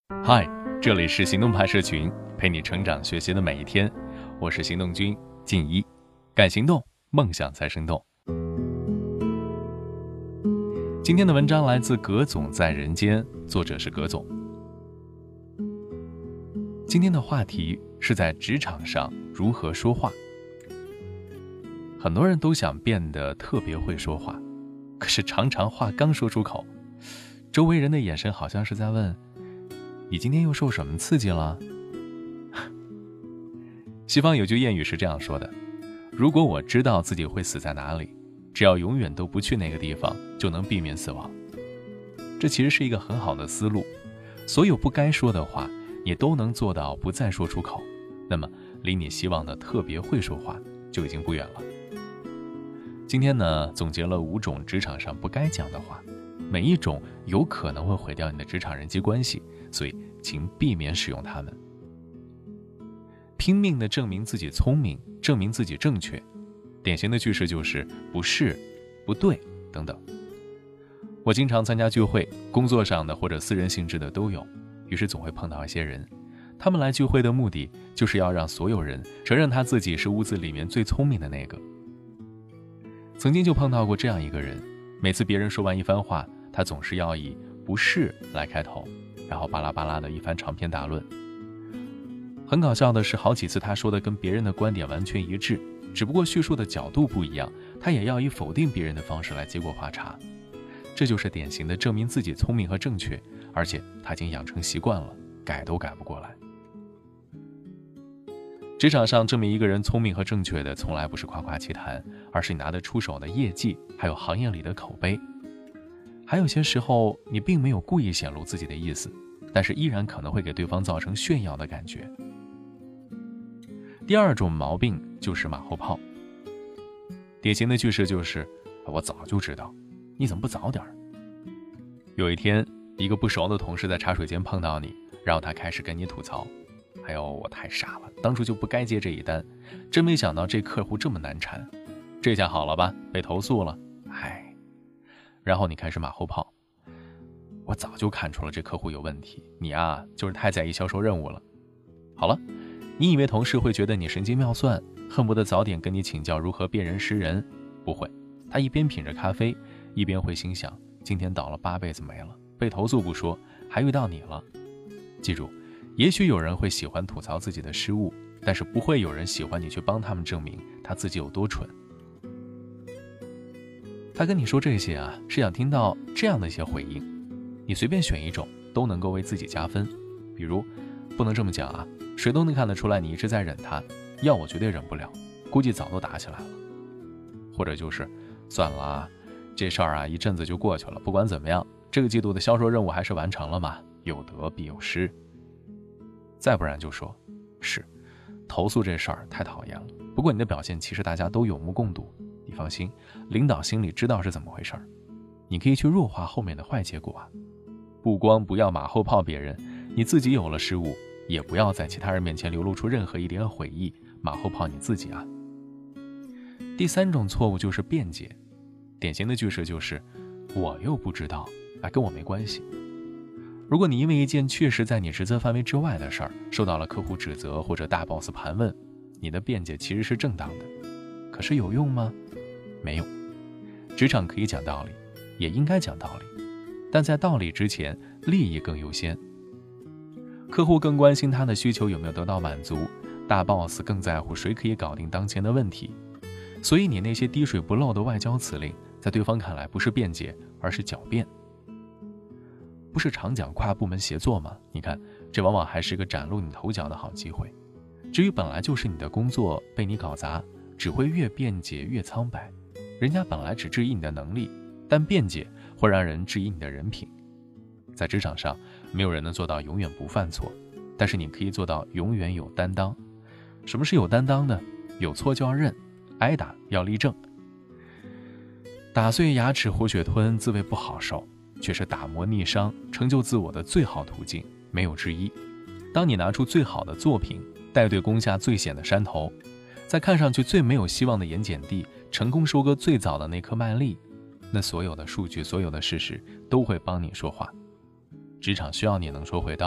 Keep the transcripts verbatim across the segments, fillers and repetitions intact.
嗨，这里是行动派社群，陪你成长学习的每一天。我是行动君静一，敢行动，梦想才生动。今天的文章来自葛总在人间，作者是葛总。今天的话题是在职场上如何说话。很多人都想变得特别会说话，可是常常话刚说出口，周围人的眼神好像是在问，你今天又受什么刺激了？西方有句谚语是这样说的，如果我知道自己会死在哪里，只要永远都不去那个地方，就能避免死亡。这其实是一个很好的思路，所有不该说的话也都能做到不再说出口，那么离你希望的特别会说话就已经不远了。今天呢，总结了五种职场上不该讲的话，每一种有可能会毁掉你的职场人际关系，所以请避免使用它们。拼命地证明自己聪明，证明自己正确，典型的句式就是不是、不对等等。我经常参加聚会，工作上的或者私人性质的都有，于是总会碰到一些人，他们来聚会的目的就是要让所有人承认他自己是屋子里面最聪明的那个。曾经就碰到过这样一个人，每次别人说完一番话，他总是要以不是来开头，然后巴拉巴拉的一番长篇大论。很搞笑的是，好几次他说的跟别人的观点完全一致，只不过叙述的角度不一样，他也要以否定别人的方式来接过话茬。这就是典型的证明自己聪明和正确，而且他已经养成习惯了，改都改不过来。职场上证明一个人聪明和正确的，从来不是夸夸其谈，而是你拿得出手的业绩，还有行业里的口碑。还有些时候，你并没有故意显露自己的意思，但是依然可能会给对方造成炫耀的感觉。第二种毛病就是马后炮。典型的句式就是我早就知道，你怎么不早点？有一天，一个不熟的同事在茶水间碰到你，然后他开始跟你吐槽，哎呦，我太傻了，当初就不该接这一单，真没想到这客户这么难缠，这下好了吧，被投诉了，唉。然后你开始马后炮，我早就看出了这客户有问题，你啊就是太在意销售任务了。好了，你以为同事会觉得你神机妙算，恨不得早点跟你请教如何辨人识人？不会，他一边品着咖啡，一边会心想，今天倒了八辈子霉了，被投诉不说，还遇到你了。记住，也许有人会喜欢吐槽自己的失误，但是不会有人喜欢你去帮他们证明他自己有多蠢。他跟你说这些啊，是想听到这样的一些回应，你随便选一种都能够为自己加分。比如，不能这么讲啊，谁都能看得出来你一直在忍他，要我绝对忍不了，估计早都打起来了。或者就是，算了啊，这事儿啊一阵子就过去了，不管怎么样，这个季度的销售任务还是完成了嘛，有得必有失。再不然就说，是，投诉这事儿太讨厌了，不过你的表现其实大家都有目共睹，你放心，领导心里知道是怎么回事儿，你可以去弱化后面的坏结果啊。不光不要马后炮别人，你自己有了失误，也不要在其他人面前流露出任何一点悔意，马后炮你自己啊。第三种错误就是辩解，典型的句式就是我又不知道，啊，跟我没关系。如果你因为一件确实在你职责范围之外的事儿，受到了客户指责或者大 boss 盘问，你的辩解其实是正当的，可是有用吗？没用。职场可以讲道理，也应该讲道理，但在道理之前，利益更优先。客户更关心他的需求有没有得到满足，大 boss 更在乎谁可以搞定当前的问题。所以你那些滴水不漏的外交辞令，在对方看来不是辩解，而是狡辩。不是常讲跨部门协作吗？你看，这往往还是个崭露你头角的好机会。至于本来就是你的工作被你搞砸，只会越辩解越苍白。人家本来只质疑你的能力，但辩解会让人质疑你的人品。在职场上，没有人能做到永远不犯错，但是你可以做到永远有担当。什么是有担当呢？有错就要认，挨打要立正。打碎牙齿活血吞，滋味不好受，却是打磨逆伤成就自我的最好途径，没有之一。当你拿出最好的作品，带队攻下最险的山头，在看上去最没有希望的盐碱地，成功收割最早的那颗麦粒，那所有的数据，所有的事实都会帮你说话。职场需要你能说会道，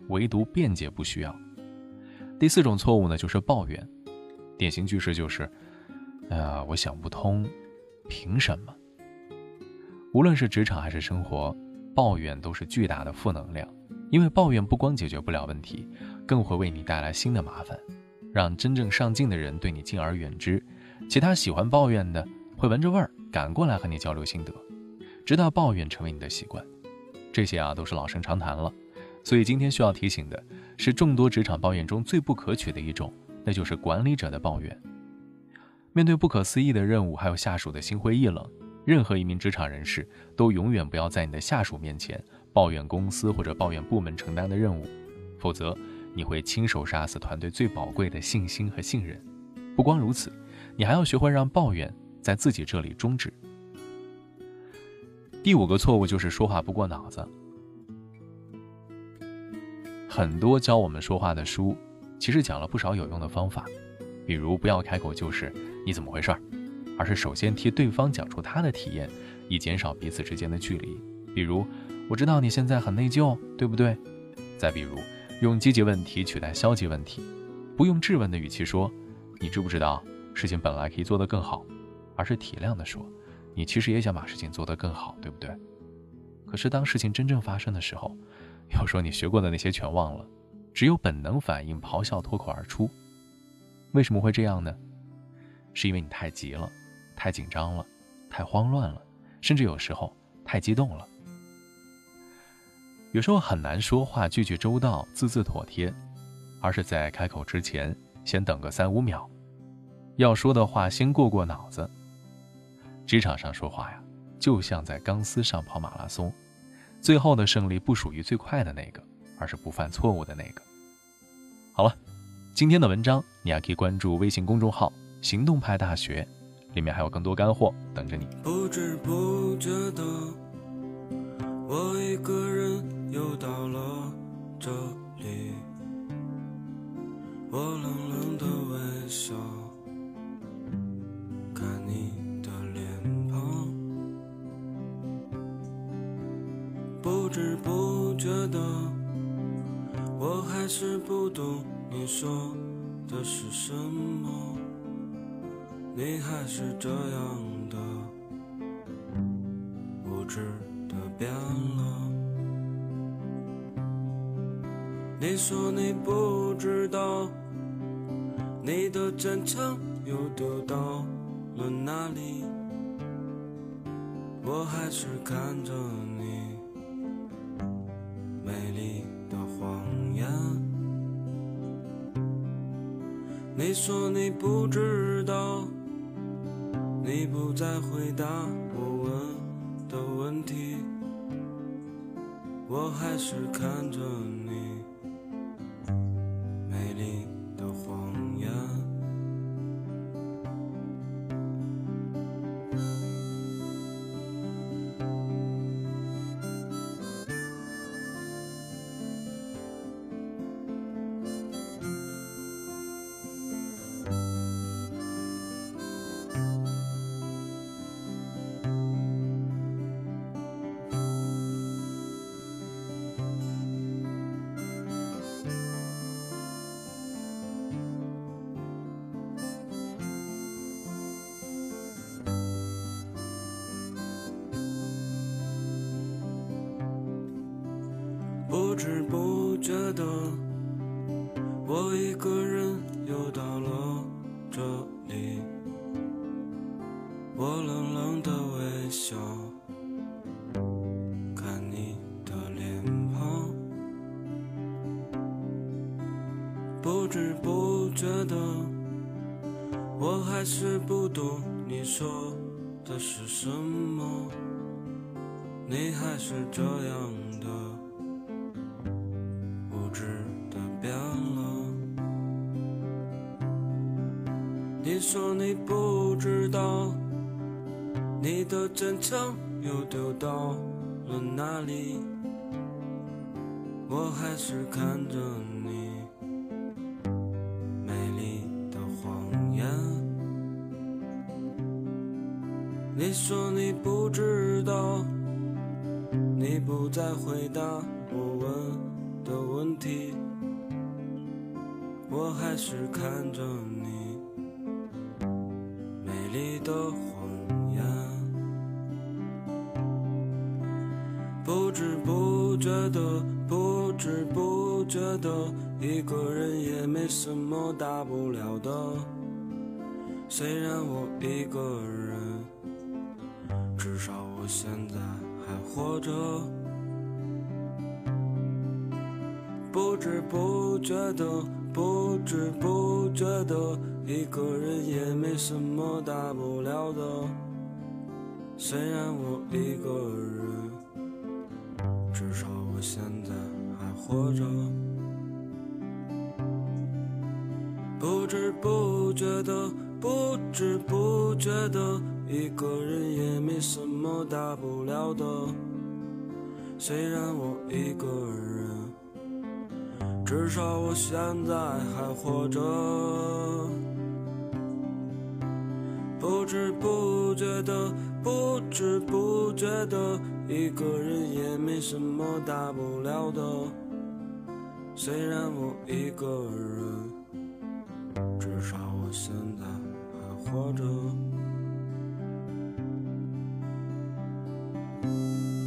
唯独辩解不需要。第四种错误呢，就是抱怨。典型句式就是哎呀，我想不通，凭什么？无论是职场还是生活，抱怨都是巨大的负能量，因为抱怨不光解决不了问题，更会为你带来新的麻烦，让真正上进的人对你敬而远之，其他喜欢抱怨的会闻着味儿赶过来和你交流心得，直到抱怨成为你的习惯。这些啊都是老生常谈了，所以今天需要提醒的是众多职场抱怨中最不可取的一种，那就是管理者的抱怨。面对不可思议的任务，还有下属的心灰意冷，任何一名职场人士都永远不要在你的下属面前抱怨公司或者抱怨部门承担的任务，否则你会亲手杀死团队最宝贵的信心和信任。不光如此，你还要学会让抱怨在自己这里终止。第五个错误就是说话不过脑子。很多教我们说话的书其实讲了不少有用的方法，比如不要开口就是你怎么回事，而是首先替对方讲出他的体验，以减少彼此之间的距离。比如我知道你现在很内疚，对不对？再比如用积极问题取代消极问题，不用质问的语气说你知不知道事情本来可以做得更好，而是体谅地说你其实也想把事情做得更好，对不对？可是当事情真正发生的时候，又说你学过的那些全忘了，只有本能反应咆哮脱口而出。为什么会这样呢？是因为你太急了，太紧张了，太慌乱了，甚至有时候太激动了。有时候很难说话句句周到，字字妥帖，而是在开口之前先等个三五秒，要说的话先过过脑子。职场上说话呀，就像在钢丝上跑马拉松，最后的胜利不属于最快的那个，而是不犯错误的那个。好了，今天的文章你还可以关注微信公众号行动派大学，里面还有更多干货等着你。 不知不觉的，我一个人又到了这里，我冷冷的微笑，看你的脸庞。不知不觉的，我还是不懂你说的是什么，你还是这样的无知的变了。你说你不知道，你的坚强又丢到了哪里，我还是看着你美丽的谎言。你说你不知道，你不再回答我问的问题，我还是看着你美丽的谎言。不知不觉的，我一个人又到了这里，我冷冷的微笑，看你的脸庞。不知不觉的，我还是不懂你说的是什么，你还是这样的无知的变了。你说你不知道，你的坚强又丢到了哪里，我还是看着你美丽的谎言。你说你不知道，你不再回答我问的问题，我还是看着你美丽的谎言。不知不觉的，不知不觉的，一个人也没什么大不了的。虽然我一个人，至少我现在还活着。不知不觉的，不知不觉的，一个人也没什么大不了的。虽然我一个人，至少我现在还活着。不知不觉的，不知不觉的，一个人也没什么大不了的。虽然我一个人，至少我现在还活着。不知不觉的，不知不觉的，一个人也没什么大不了的。虽然我一个人，至少我现在还活着。